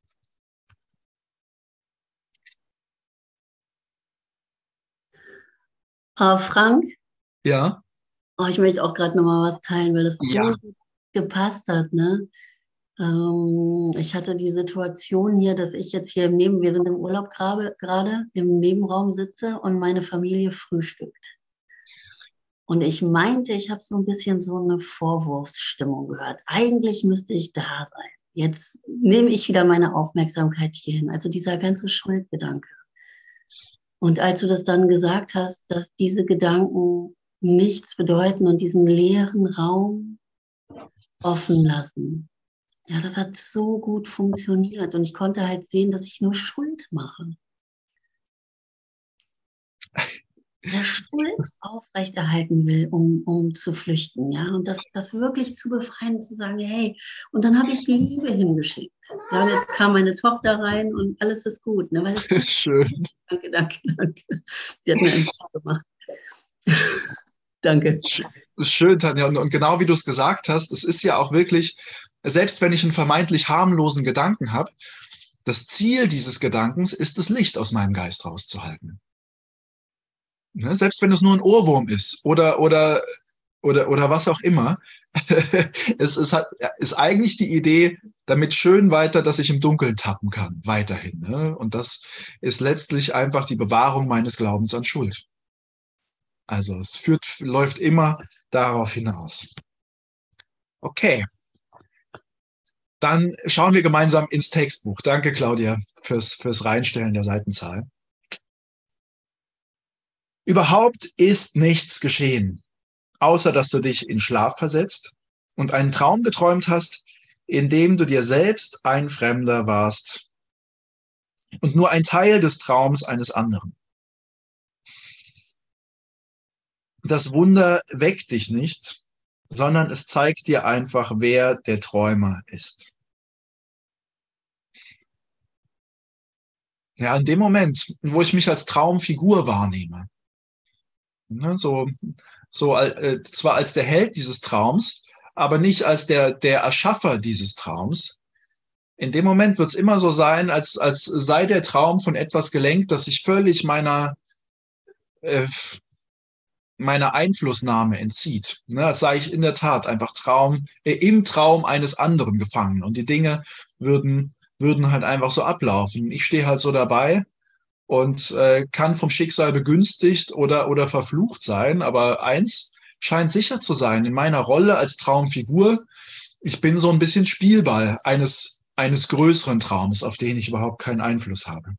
Frank, Ja, ich möchte auch gerade noch mal was teilen, weil das so ja, gut gepasst hat, ne? Ich hatte die Situation hier, dass ich jetzt hier wir sind im Urlaub gerade im Nebenraum sitze und meine Familie frühstückt. Und ich meinte, ich habe so ein bisschen so eine Vorwurfsstimmung gehört. Eigentlich müsste ich da sein. Jetzt nehme ich wieder meine Aufmerksamkeit hierhin. Also dieser ganze Schuldgedanke. Und als du das dann gesagt hast, dass diese Gedanken nichts bedeuten und diesen leeren Raum offen lassen, ja, das hat so gut funktioniert. Und ich konnte halt sehen, dass ich nur Schuld mache. Der Schuld aufrechterhalten will, um zu flüchten, ja, und das wirklich zu befreien und zu sagen, hey, und dann habe ich Liebe hingeschickt. Ja, und jetzt kam meine Tochter rein und alles ist gut, ne, weil es gut. schön. Danke, danke, danke. Sie hat mir einen Spaß gemacht. Danke. Schön, Tanja. Und genau wie du es gesagt hast, es ist ja auch wirklich, selbst wenn ich einen vermeintlich harmlosen Gedanken habe, das Ziel dieses Gedankens ist, das Licht aus meinem Geist rauszuhalten. Ne? Selbst wenn es nur ein Ohrwurm ist oder was auch immer. Ist eigentlich die Idee, damit schön weiter, dass ich im Dunkeln tappen kann, weiterhin. Ne? Und das ist letztlich einfach die Bewahrung meines Glaubens an Schuld. Also es läuft immer darauf hinaus. Okay, dann schauen wir gemeinsam ins Textbuch. Danke, Claudia, fürs Reinstellen der Seitenzahl. Überhaupt ist nichts geschehen, außer dass du dich in Schlaf versetzt und einen Traum geträumt hast, in dem du dir selbst ein Fremder warst und nur ein Teil des Traums eines anderen. Das Wunder weckt dich nicht, sondern es zeigt dir einfach, wer der Träumer ist. Ja, in dem Moment, wo ich mich als Traumfigur wahrnehme, ne, zwar als der Held dieses Traums, aber nicht als der Erschaffer dieses Traums. In dem Moment wird es immer so sein, als sei der Traum von etwas gelenkt, das sich völlig meiner Einflussnahme entzieht. Ne, als sei ich in der Tat einfach im Traum eines anderen gefangen und die Dinge würden halt einfach so ablaufen. Ich stehe halt so dabei und kann vom Schicksal begünstigt oder verflucht sein. Aber eins scheint sicher zu sein, in meiner Rolle als Traumfigur, ich bin so ein bisschen Spielball eines größeren Traums, auf den ich überhaupt keinen Einfluss habe.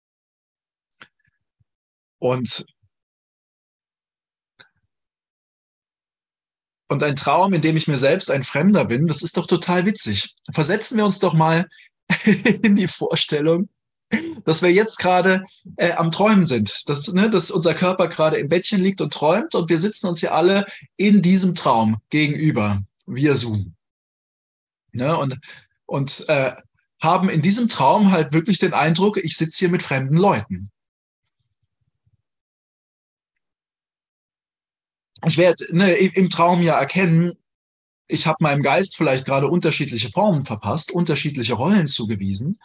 Und ein Traum, in dem ich mir selbst ein Fremder bin, das ist doch total witzig. Versetzen wir uns doch mal in die Vorstellung, dass wir jetzt gerade am Träumen sind, dass unser Körper gerade im Bettchen liegt und träumt und wir sitzen uns hier alle in diesem Traum gegenüber, via Zoom. Ne? Und haben in diesem Traum halt wirklich den Eindruck, ich sitze hier mit fremden Leuten. Ich werde im Traum ja erkennen, ich habe meinem Geist vielleicht gerade unterschiedliche Formen verpasst, unterschiedliche Rollen zugewiesen.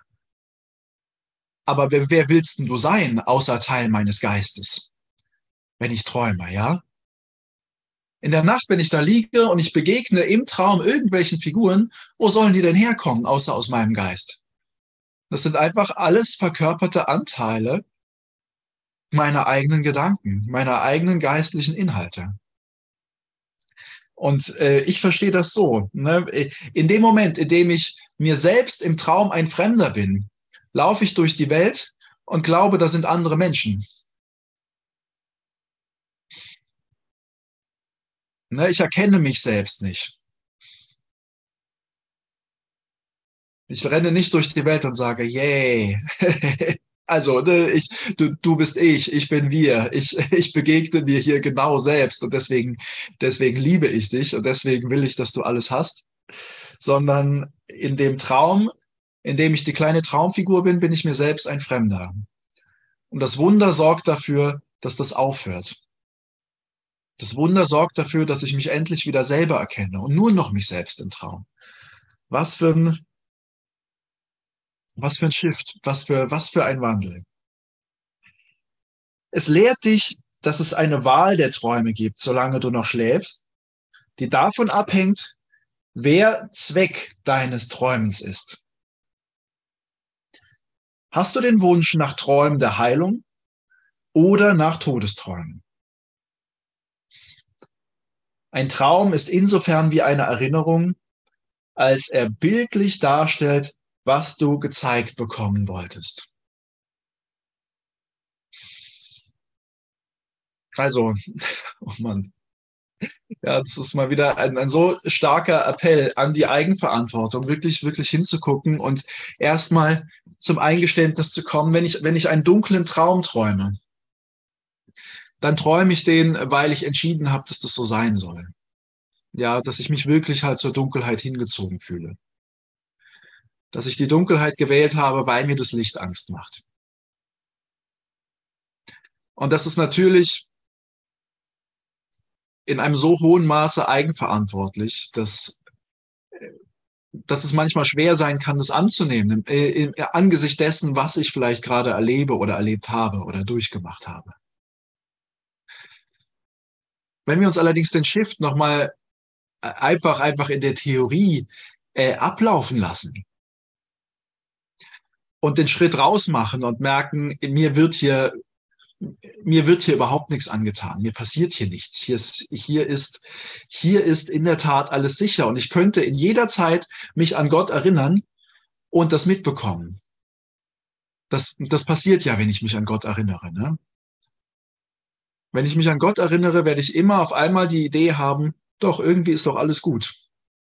Aber wer willst denn du sein, außer Teil meines Geistes, wenn ich träume, ja? In der Nacht, wenn ich da liege und ich begegne im Traum irgendwelchen Figuren, wo sollen die denn herkommen, außer aus meinem Geist? Das sind einfach alles verkörperte Anteile meiner eigenen Gedanken, meiner eigenen geistlichen Inhalte. Und ich verstehe das so. Ne? In dem Moment, in dem ich mir selbst im Traum ein Fremder bin, laufe ich durch die Welt und glaube, da sind andere Menschen. Ne? Ich erkenne mich selbst nicht. Ich renne nicht durch die Welt und sage, yay, Also, ne, du bist ich bin wir. Ich begegne mir hier genau selbst und deswegen liebe ich dich und deswegen will ich, dass du alles hast. Sondern in dem Traum, in dem ich die kleine Traumfigur bin, bin ich mir selbst ein Fremder. Und das Wunder sorgt dafür, dass das aufhört. Das Wunder sorgt dafür, dass ich mich endlich wieder selber erkenne und nur noch mich selbst im Traum. Was für ein, was für ein Shift, was für ein Wandel. Es lehrt dich, dass es eine Wahl der Träume gibt, solange du noch schläfst, die davon abhängt, wer Zweck deines Träumens ist. Hast du den Wunsch nach Träumen der Heilung oder nach Todesträumen? Ein Traum ist insofern wie eine Erinnerung, als er bildlich darstellt, was du gezeigt bekommen wolltest. Also, oh Mann, ja, das ist mal wieder ein so starker Appell an die Eigenverantwortung, wirklich, wirklich hinzugucken und erstmal zum Eingeständnis zu kommen, wenn ich einen dunklen Traum träume, dann träume ich den, weil ich entschieden habe, dass das so sein soll. Ja, dass ich mich wirklich halt zur Dunkelheit hingezogen fühle. Dass ich die Dunkelheit gewählt habe, weil mir das Licht Angst macht. Und das ist natürlich in einem so hohen Maße eigenverantwortlich, dass es manchmal schwer sein kann, das anzunehmen, im Angesicht dessen, was ich vielleicht gerade erlebe oder erlebt habe oder durchgemacht habe. Wenn wir uns allerdings den Shift nochmal einfach in der Theorie ablaufen lassen und den Schritt rausmachen und merken, mir wird hier überhaupt nichts angetan. Mir passiert hier nichts. Hier ist in der Tat alles sicher. Und ich könnte in jeder Zeit mich an Gott erinnern und das mitbekommen. Das passiert ja, wenn ich mich an Gott erinnere. Ne? Wenn ich mich an Gott erinnere, werde ich immer auf einmal die Idee haben, doch, irgendwie ist doch alles gut.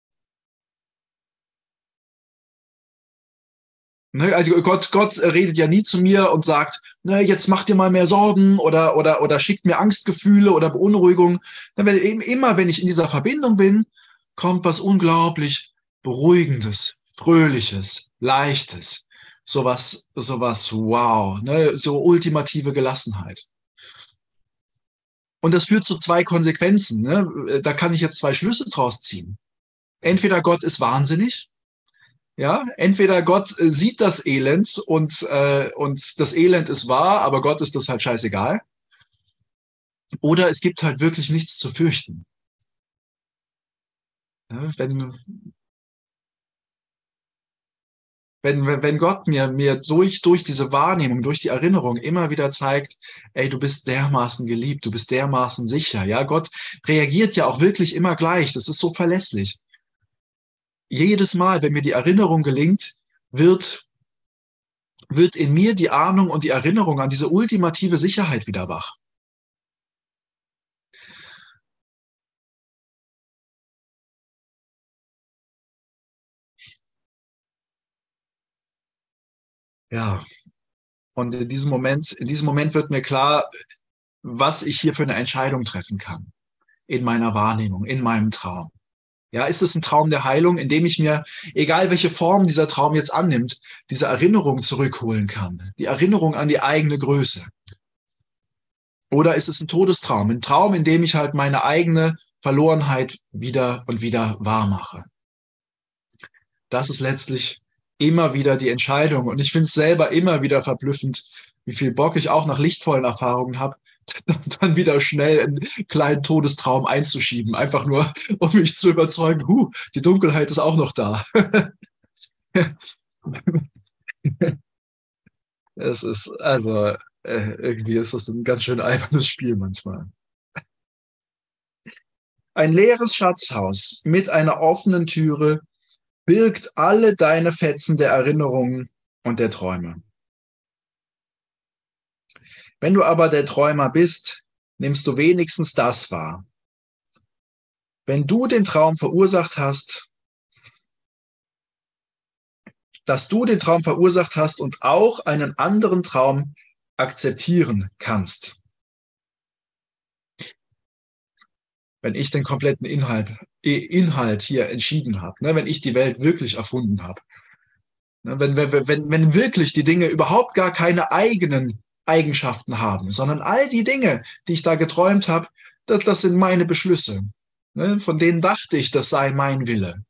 Ne, also Gott redet ja nie zu mir und sagt, ne, jetzt mach dir mal mehr Sorgen oder schickt mir Angstgefühle oder Beunruhigung. Immer, wenn ich in dieser Verbindung bin, kommt was unglaublich Beruhigendes, Fröhliches, Leichtes. Sowas, wow, ne, so ultimative Gelassenheit. Und das führt zu zwei Konsequenzen. Ne? Da kann ich jetzt zwei Schlüsse draus ziehen. Entweder Gott ist wahnsinnig. Ja, entweder Gott sieht das Elend und das Elend ist wahr, aber Gott ist das halt scheißegal. Oder es gibt halt wirklich nichts zu fürchten. Ja, wenn Gott mir durch diese Wahrnehmung, durch die Erinnerung immer wieder zeigt, ey, du bist dermaßen geliebt, du bist dermaßen sicher. Ja, Gott reagiert ja auch wirklich immer gleich. Das ist so verlässlich. Jedes Mal, wenn mir die Erinnerung gelingt, wird in mir die Ahnung und die Erinnerung an diese ultimative Sicherheit wieder wach. Ja, und in diesem Moment wird mir klar, was ich hier für eine Entscheidung treffen kann. In meiner Wahrnehmung, in meinem Traum. Ja, ist es ein Traum der Heilung, in dem ich mir, egal welche Form dieser Traum jetzt annimmt, diese Erinnerung zurückholen kann? Die Erinnerung an die eigene Größe. Oder ist es ein Todestraum? Ein Traum, in dem ich halt meine eigene Verlorenheit wieder und wieder wahr mache. Das ist letztlich immer wieder die Entscheidung. Und ich finde es selber immer wieder verblüffend, wie viel Bock ich auch nach lichtvollen Erfahrungen habe, dann wieder schnell einen kleinen Todestraum einzuschieben. Einfach nur, um mich zu überzeugen, die Dunkelheit ist auch noch da. Es ist, also, irgendwie ist das ein ganz schön albernes Spiel manchmal. Ein leeres Schatzhaus mit einer offenen Türe birgt alle deine Fetzen der Erinnerungen und der Träume. Wenn du aber der Träumer bist, nimmst du wenigstens das wahr. Wenn du den Traum verursacht hast, dass du den Traum verursacht hast und auch einen anderen Traum akzeptieren kannst. Wenn ich den kompletten Inhalt hier entschieden habe, ne, wenn ich die Welt wirklich erfunden habe, ne, wenn wirklich die Dinge überhaupt gar keine eigenen Eigenschaften haben, sondern all die Dinge, die ich da geträumt habe, das sind meine Beschlüsse. Ne, von denen dachte ich, das sei mein Wille.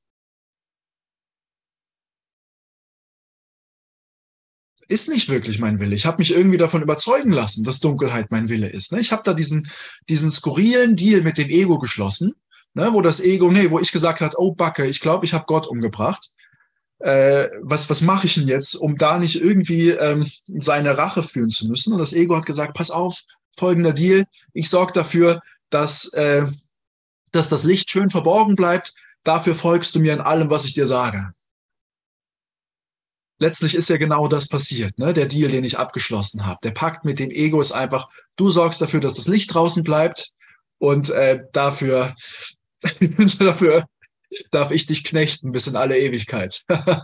Ist nicht wirklich mein Wille. Ich habe mich irgendwie davon überzeugen lassen, dass Dunkelheit mein Wille ist. Ne? Ich habe da diesen skurrilen Deal mit dem Ego geschlossen, ne? Wo das Ego, wo ich gesagt habe, oh Backe, ich glaube, ich habe Gott umgebracht. Was mache ich denn jetzt, um da nicht irgendwie seine Rache führen zu müssen? Und das Ego hat gesagt, pass auf, folgender Deal, ich sorge dafür, dass das Licht schön verborgen bleibt, dafür folgst du mir in allem, was ich dir sage. Letztlich ist ja genau das passiert, ne? Der Deal, den ich abgeschlossen habe. Der Pakt mit dem Ego ist einfach, du sorgst dafür, dass das Licht draußen bleibt und dafür darf ich dich knechten bis in alle Ewigkeit.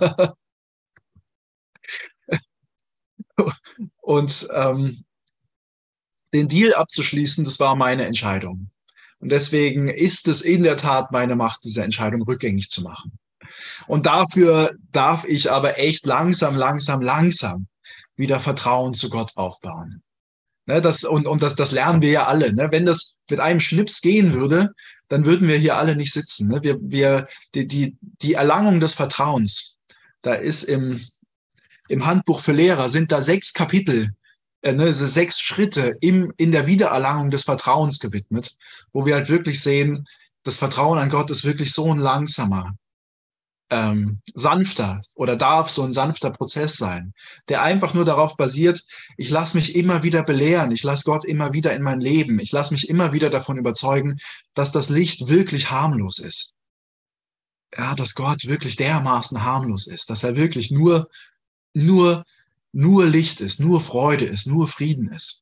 Und den Deal abzuschließen, das war meine Entscheidung. Und deswegen ist es in der Tat meine Macht, diese Entscheidung rückgängig zu machen. Und dafür darf ich aber echt langsam wieder Vertrauen zu Gott aufbauen. Ne, das lernen wir ja alle. Ne? Wenn das mit einem Schnips gehen würde, dann würden wir hier alle nicht sitzen. Ne? Die Erlangung des Vertrauens, da ist im Handbuch für Lehrer, sind da 6 Kapitel, 6 Schritte in der Wiedererlangung des Vertrauens gewidmet, wo wir halt wirklich sehen, das Vertrauen an Gott ist wirklich so ein langsamer, sanfter oder darf so ein sanfter Prozess sein, der einfach nur darauf basiert, ich lasse mich immer wieder belehren, ich lasse Gott immer wieder in mein Leben, ich lasse mich immer wieder davon überzeugen, dass das Licht wirklich harmlos ist. Ja, dass Gott wirklich dermaßen harmlos ist, dass er wirklich nur Licht ist, nur Freude ist, nur Frieden ist.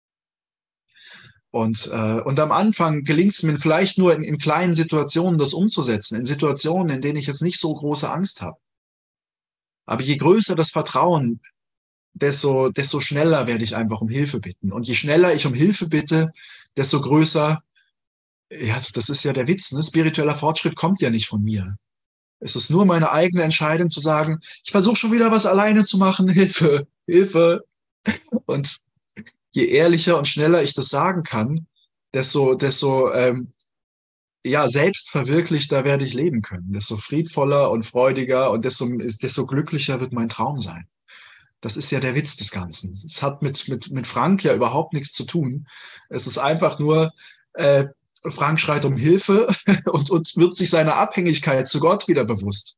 Und am Anfang gelingt es mir vielleicht nur in kleinen Situationen, das umzusetzen, in Situationen, in denen ich jetzt nicht so große Angst habe. Aber je größer das Vertrauen, desto schneller werde ich einfach um Hilfe bitten. Und je schneller ich um Hilfe bitte, desto größer, ja, das ist ja der Witz, ne? Spiritueller Fortschritt kommt ja nicht von mir. Es ist nur meine eigene Entscheidung zu sagen, ich versuche schon wieder was alleine zu machen, Hilfe, Hilfe. Und je ehrlicher und schneller ich das sagen kann, desto selbstverwirklichter werde ich leben können. Desto friedvoller und freudiger und desto glücklicher wird mein Traum sein. Das ist ja der Witz des Ganzen. Es hat mit Frank ja überhaupt nichts zu tun. Es ist einfach nur, Frank schreit um Hilfe und wird sich seiner Abhängigkeit zu Gott wieder bewusst.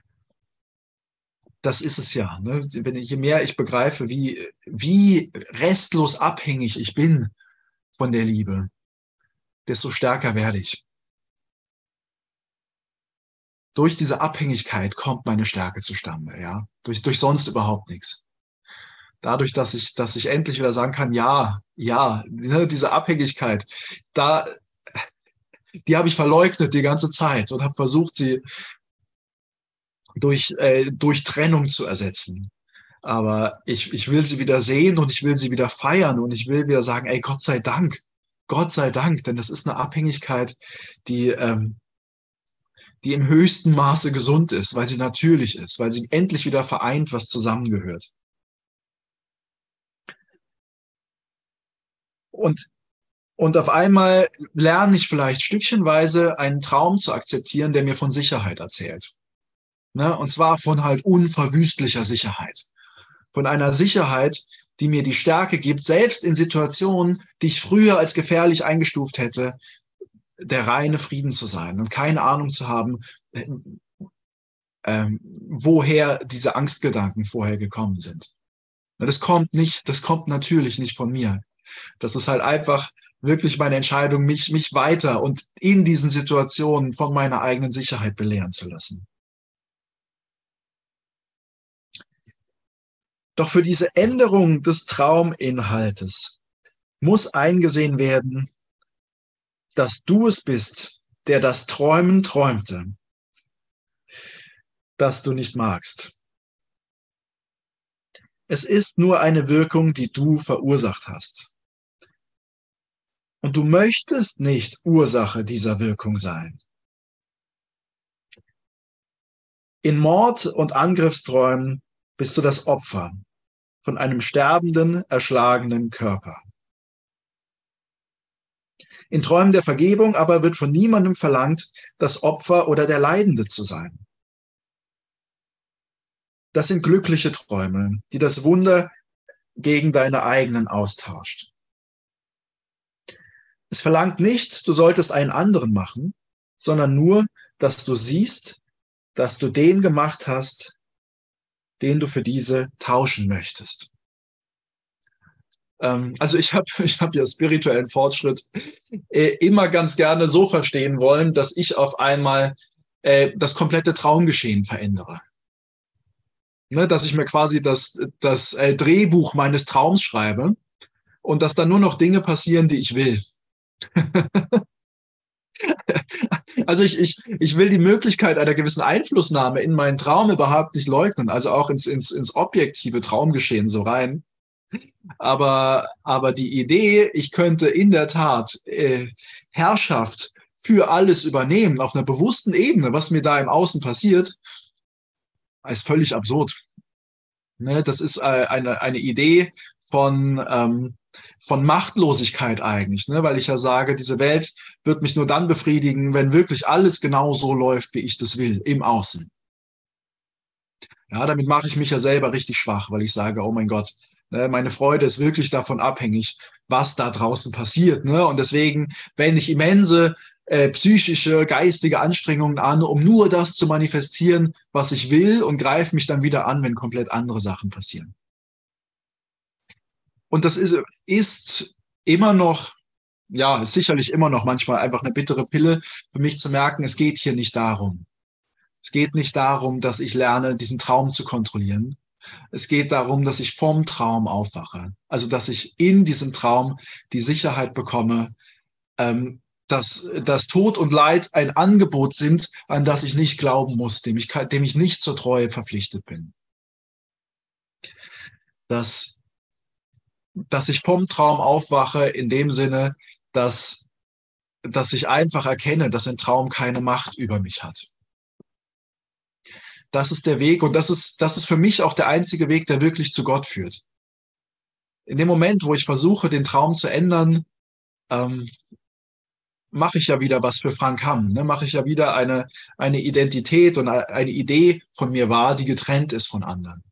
Das ist es ja. Ne? Je mehr ich begreife, wie restlos abhängig ich bin von der Liebe, desto stärker werde ich. Durch diese Abhängigkeit kommt meine Stärke zustande, ja. Durch sonst überhaupt nichts. Dadurch, dass ich endlich wieder sagen kann, ja, ne, diese Abhängigkeit, die habe ich verleugnet die ganze Zeit und habe versucht, sie durch Trennung zu ersetzen. Aber ich will sie wieder sehen und ich will sie wieder feiern und ich will wieder sagen, ey, Gott sei Dank, denn das ist eine Abhängigkeit, die im höchsten Maße gesund ist, weil sie natürlich ist, weil sie endlich wieder vereint, was zusammengehört. Und auf einmal lerne ich vielleicht stückchenweise einen Traum zu akzeptieren, der mir von Sicherheit erzählt. Ne? Und zwar von halt unverwüstlicher Sicherheit. Von einer Sicherheit, die mir die Stärke gibt, selbst in Situationen, die ich früher als gefährlich eingestuft hätte, der reine Frieden zu sein und keine Ahnung zu haben, woher diese Angstgedanken vorher gekommen sind. Das kommt natürlich nicht von mir. Das ist halt einfach wirklich meine Entscheidung, mich weiter und in diesen Situationen von meiner eigenen Sicherheit belehren zu lassen. Doch für diese Änderung des Trauminhaltes muss eingesehen werden, dass du es bist, der das Träumen träumte, das du nicht magst. Es ist nur eine Wirkung, die du verursacht hast. Und du möchtest nicht Ursache dieser Wirkung sein. In Mord- und Angriffsträumen bist du das Opfer von einem sterbenden, erschlagenen Körper. In Träumen der Vergebung aber wird von niemandem verlangt, das Opfer oder der Leidende zu sein. Das sind glückliche Träume, die das Wunder gegen deine eigenen austauscht. Es verlangt nicht, du solltest einen anderen machen, sondern nur, dass du siehst, dass du den gemacht hast, den du für diese tauschen möchtest. Also ich hab ja spirituellen Fortschritt immer ganz gerne so verstehen wollen, dass ich auf einmal das komplette Traumgeschehen verändere. Ne, dass ich mir quasi das Drehbuch meines Traums schreibe und dass dann nur noch Dinge passieren, die ich will. Also ich will die Möglichkeit einer gewissen Einflussnahme in meinen Traum überhaupt nicht leugnen, also auch ins objektive Traumgeschehen so rein. Aber die Idee, ich könnte in der Tat Herrschaft für alles übernehmen, auf einer bewussten Ebene, was mir da im Außen passiert, ist völlig absurd. Ne, das ist eine Idee von Machtlosigkeit eigentlich, ne? Weil ich ja sage, diese Welt wird mich nur dann befriedigen, wenn wirklich alles genau so läuft, wie ich das will, im Außen. Ja, damit mache ich mich ja selber richtig schwach, weil ich sage, oh mein Gott, ne, meine Freude ist wirklich davon abhängig, was da draußen passiert. Ne? Und deswegen wende ich immense psychische, geistige Anstrengungen an, um nur das zu manifestieren, was ich will, und greife mich dann wieder an, wenn komplett andere Sachen passieren. Und das ist immer noch, ja, ist sicherlich immer noch manchmal einfach eine bittere Pille für mich zu merken, es geht hier nicht darum. Es geht nicht darum, dass ich lerne, diesen Traum zu kontrollieren. Es geht darum, dass ich vom Traum aufwache. Also, dass ich in diesem Traum die Sicherheit bekomme, dass Tod und Leid ein Angebot sind, an das ich nicht glauben muss, dem ich nicht zur Treue verpflichtet bin. Dass ich vom Traum aufwache in dem Sinne, dass ich einfach erkenne, dass ein Traum keine Macht über mich hat. Das ist der Weg, und das ist für mich auch der einzige Weg, der wirklich zu Gott führt. In dem Moment, wo ich versuche, den Traum zu ändern, mache ich ja wieder was für Frank Hamm, ne? Mache ich ja wieder eine Identität und eine Idee von mir wahr, die getrennt ist von anderen.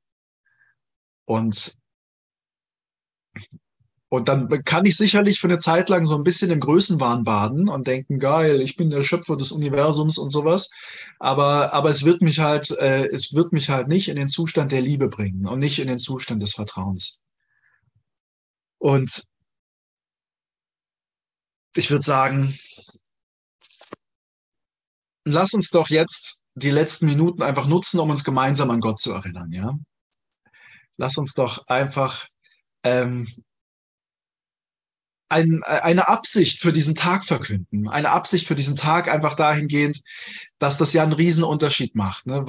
Und dann kann ich sicherlich für eine Zeit lang so ein bisschen im Größenwahn baden und denken, geil, ich bin der Schöpfer des Universums und sowas. Aber es wird mich halt nicht in den Zustand der Liebe bringen und nicht in den Zustand des Vertrauens. Und ich würde sagen, lass uns doch jetzt die letzten Minuten einfach nutzen, um uns gemeinsam an Gott zu erinnern, ja? Lass uns doch einfach eine Absicht für diesen Tag verkünden. Eine Absicht für diesen Tag einfach dahingehend, dass das ja einen Riesen-Unterschied macht. Ne?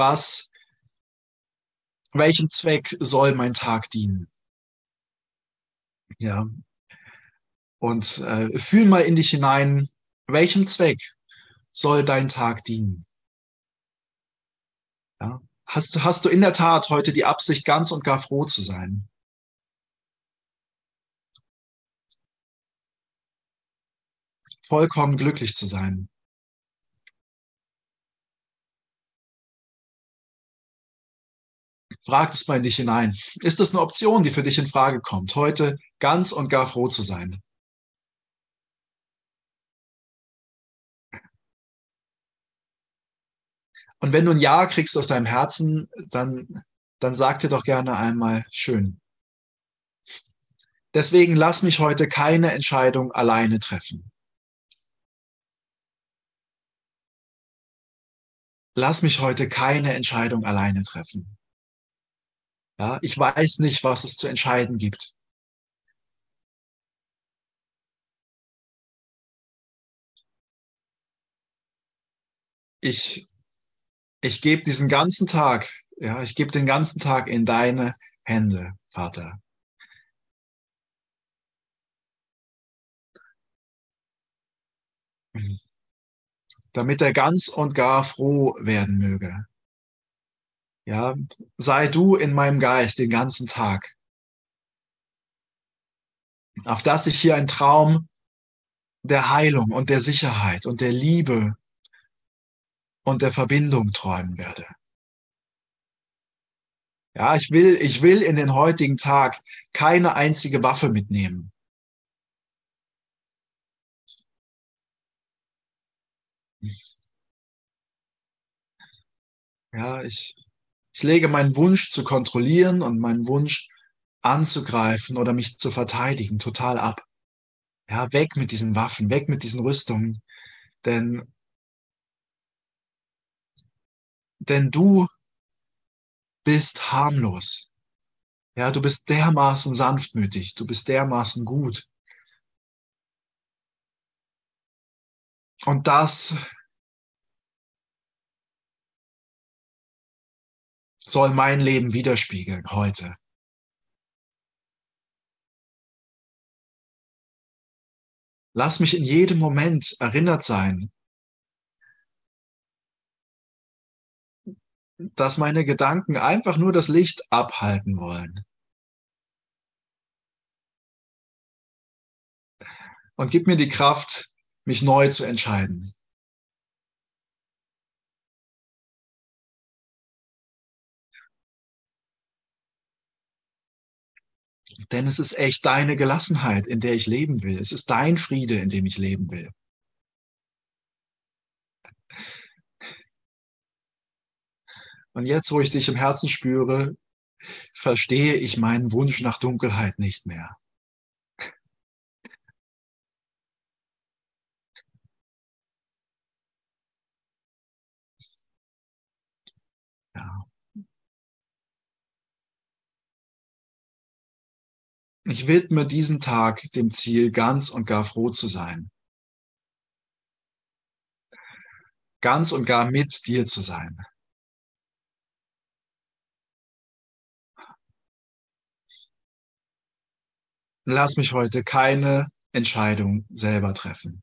Welchem Zweck soll mein Tag dienen? Ja. Und fühl mal in dich hinein, welchem Zweck soll dein Tag dienen? Ja. Hast du in der Tat heute die Absicht, ganz und gar froh zu sein? Vollkommen glücklich zu sein? Frag es mal in dich hinein. Ist das eine Option, die für dich in Frage kommt, heute ganz und gar froh zu sein? Und wenn du ein Ja kriegst aus deinem Herzen, dann sag dir doch gerne einmal schön. Deswegen lass mich heute keine Entscheidung alleine treffen. Lass mich heute keine Entscheidung alleine treffen. Ja, ich weiß nicht, was es zu entscheiden gibt. Ich gebe diesen ganzen Tag, ja, ich gebe den ganzen Tag in deine Hände, Vater. Damit er ganz und gar froh werden möge. Ja, sei du in meinem Geist den ganzen Tag, auf dass ich hier ein Traum der Heilung und der Sicherheit und der Liebe und der Verbindung träumen werde. Ja, ich will in den heutigen Tag keine einzige Waffe mitnehmen. Ja, ich lege meinen Wunsch zu kontrollieren und meinen Wunsch anzugreifen oder mich zu verteidigen total ab. Ja, weg mit diesen Waffen, weg mit diesen Rüstungen, denn du bist harmlos. Ja, du bist dermaßen sanftmütig, du bist dermaßen gut. Und das soll mein Leben widerspiegeln heute. Lass mich in jedem Moment erinnert sein, dass meine Gedanken einfach nur das Licht abhalten wollen. Und gib mir die Kraft, mich neu zu entscheiden. Denn es ist echt deine Gelassenheit, in der ich leben will. Es ist dein Friede, in dem ich leben will. Und jetzt, wo ich dich im Herzen spüre, verstehe ich meinen Wunsch nach Dunkelheit nicht mehr. Ja. Ich widme diesen Tag dem Ziel, ganz und gar froh zu sein. Ganz und gar mit dir zu sein. Lass mich heute keine Entscheidung selber treffen.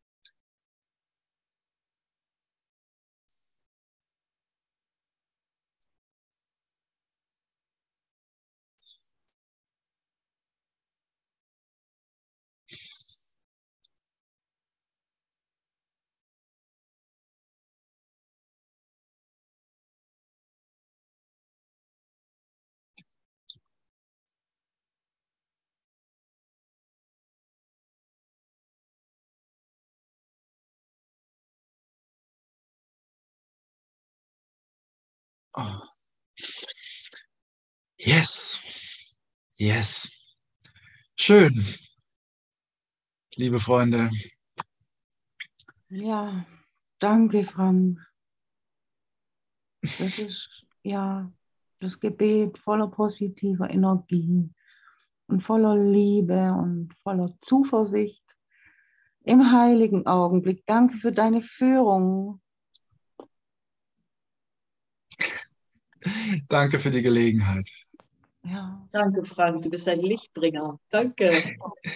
Oh. Yes. Yes. Schön. Liebe Freunde. Ja, danke, Frank. Das ist ja das Gebet voller positiver Energie und voller Liebe und voller Zuversicht im heiligen Augenblick. Danke für deine Führung. Danke für die Gelegenheit. Ja. Danke, Frank, du bist ein Lichtbringer. Danke.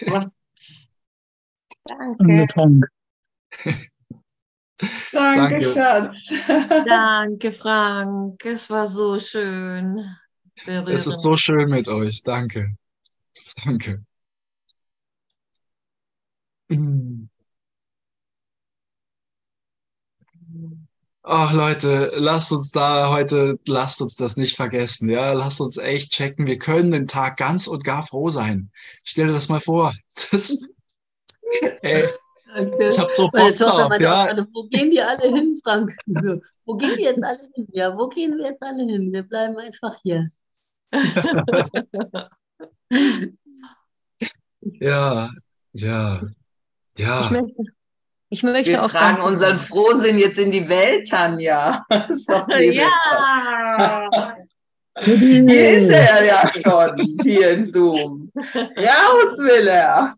Danke, Frank. Danke, Danke. Schatz. Danke, Frank. Es war so schön. Berührend. Es ist so schön mit euch. Danke. Danke. Ach Leute, lasst uns das nicht vergessen. Ja, lasst uns echt checken. Wir können den Tag ganz und gar froh sein. Stell dir das mal vor. Ey, Danke. ich habe so Meine Bock Tochter drauf. meinte auch Ja, gerade, wo gehen die alle hin, Frank? Wo gehen die jetzt alle hin? Ja, wo gehen wir jetzt alle hin? Wir bleiben einfach hier. ja, ja, ja. Ich möchte Wir auch tragen danken. unseren Frohsinn jetzt in die Welt, Tanja. Das ist doch Ja. Hier ist er ja schon, hier in Zoom. Raus will er.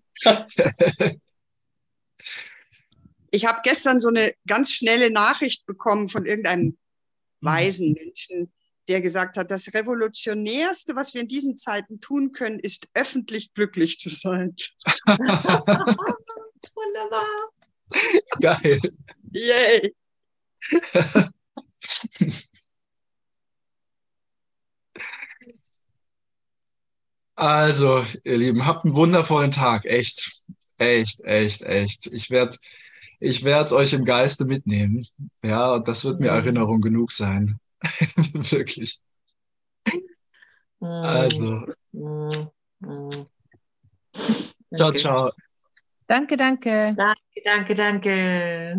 Ich habe gestern so eine ganz schnelle Nachricht bekommen von irgendeinem weisen Menschen, der gesagt hat, das Revolutionärste, was wir in diesen Zeiten tun können, ist öffentlich glücklich zu sein. Wunderbar. Geil. Yay! Also, ihr Lieben, habt einen wundervollen Tag. Echt, echt, echt, echt. Ich werde euch im Geiste mitnehmen. Ja, und das wird mir Erinnerung genug sein. Wirklich. Also, ciao, Danke. ciao. Danke, danke. Danke, danke, danke.